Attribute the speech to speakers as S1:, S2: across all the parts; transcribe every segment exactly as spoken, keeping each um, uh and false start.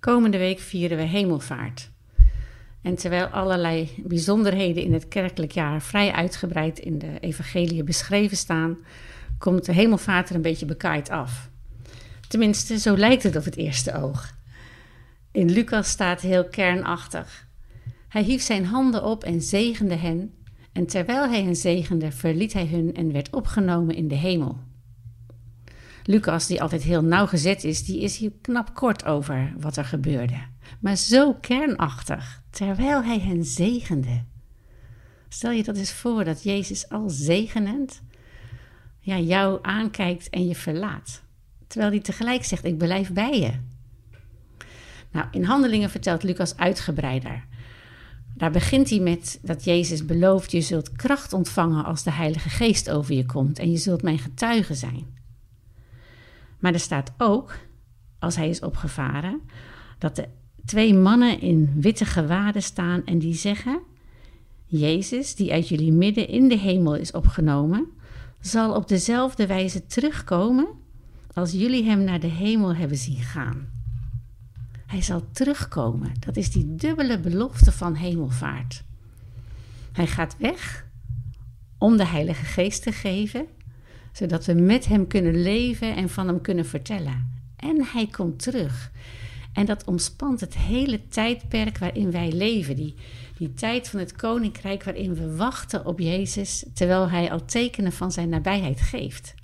S1: Komende week vieren we Hemelvaart. En terwijl allerlei bijzonderheden in het kerkelijk jaar vrij uitgebreid in de evangeliën beschreven staan, komt de Hemelvaart er een beetje bekaaid af. Tenminste, zo lijkt het op het eerste oog. In Lucas staat heel kernachtig: hij hief zijn handen op en zegende hen, en terwijl hij hen zegende, verliet hij hun en werd opgenomen in de hemel. Lucas, die altijd heel nauwgezet is, die is hier knap kort over wat er gebeurde. Maar zo kernachtig, terwijl hij hen zegende. Stel je dat eens voor, dat Jezus al zegenend ja, jou aankijkt en je verlaat. Terwijl hij tegelijk zegt, ik blijf bij je. Nou, in Handelingen vertelt Lucas uitgebreider. Daar begint hij met dat Jezus belooft, je zult kracht ontvangen als de Heilige Geest over je komt en je zult mijn getuige zijn. Maar er staat ook, als hij is opgevaren, dat de twee mannen in witte gewaden staan en die zeggen: Jezus, die uit jullie midden in de hemel is opgenomen, zal op dezelfde wijze terugkomen als jullie hem naar de hemel hebben zien gaan. Hij zal terugkomen. Dat is die dubbele belofte van hemelvaart. Hij gaat weg om de Heilige Geest te geven, zodat we met hem kunnen leven en van hem kunnen vertellen. En hij komt terug. En dat omspant het hele tijdperk waarin wij leven. Die, die tijd van het koninkrijk waarin we wachten op Jezus, terwijl hij al tekenen van zijn nabijheid geeft.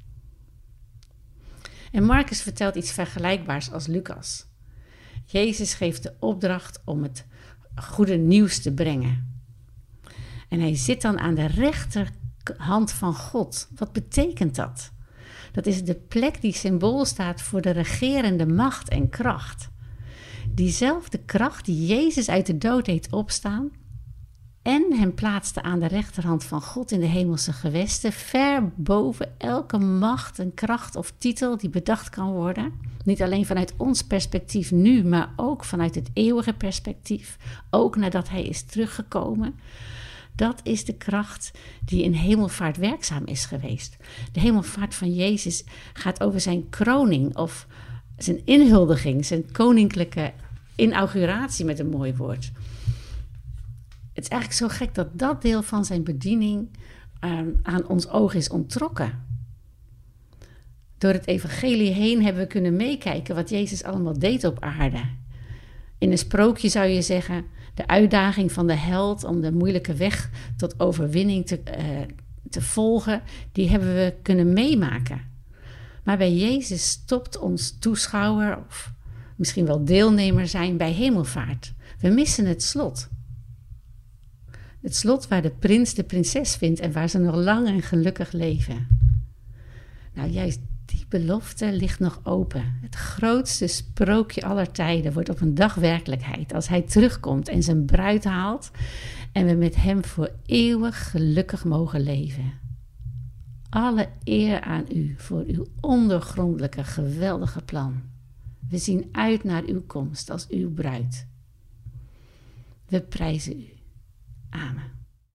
S1: En Marcus vertelt iets vergelijkbaars als Lucas. Jezus geeft de opdracht om het goede nieuws te brengen. En hij zit dan aan de rechterhand van God. Wat betekent dat? Dat is de plek die symbool staat voor de regerende macht en kracht. Diezelfde kracht die Jezus uit de dood deed opstaan en hem plaatste aan de rechterhand van God in de hemelse gewesten, ver boven elke macht en kracht of titel die bedacht kan worden. Niet alleen vanuit ons perspectief nu, maar ook vanuit het eeuwige perspectief, ook nadat hij is teruggekomen. Dat is de kracht die in hemelvaart werkzaam is geweest. De hemelvaart van Jezus gaat over zijn kroning of zijn inhuldiging, zijn koninklijke inauguratie met een mooi woord. Het is eigenlijk zo gek dat dat deel van zijn bediening um, aan ons oog is onttrokken. Door het evangelie heen hebben we kunnen meekijken wat Jezus allemaal deed op aarde. In een sprookje zou je zeggen, de uitdaging van de held om de moeilijke weg tot overwinning te, uh, te volgen, die hebben we kunnen meemaken. Maar bij Jezus stopt ons toeschouwer of misschien wel deelnemer zijn bij hemelvaart. We missen het slot. Het slot waar de prins de prinses vindt en waar ze nog lang en gelukkig leven. Nou, juist die belofte ligt nog open. Het grootste sprookje aller tijden wordt op een dag werkelijkheid als hij terugkomt en zijn bruid haalt en we met hem voor eeuwig gelukkig mogen leven. Alle eer aan u voor uw ondoorgrondelijke, geweldige plan. We zien uit naar uw komst als uw bruid. We prijzen u. Amen.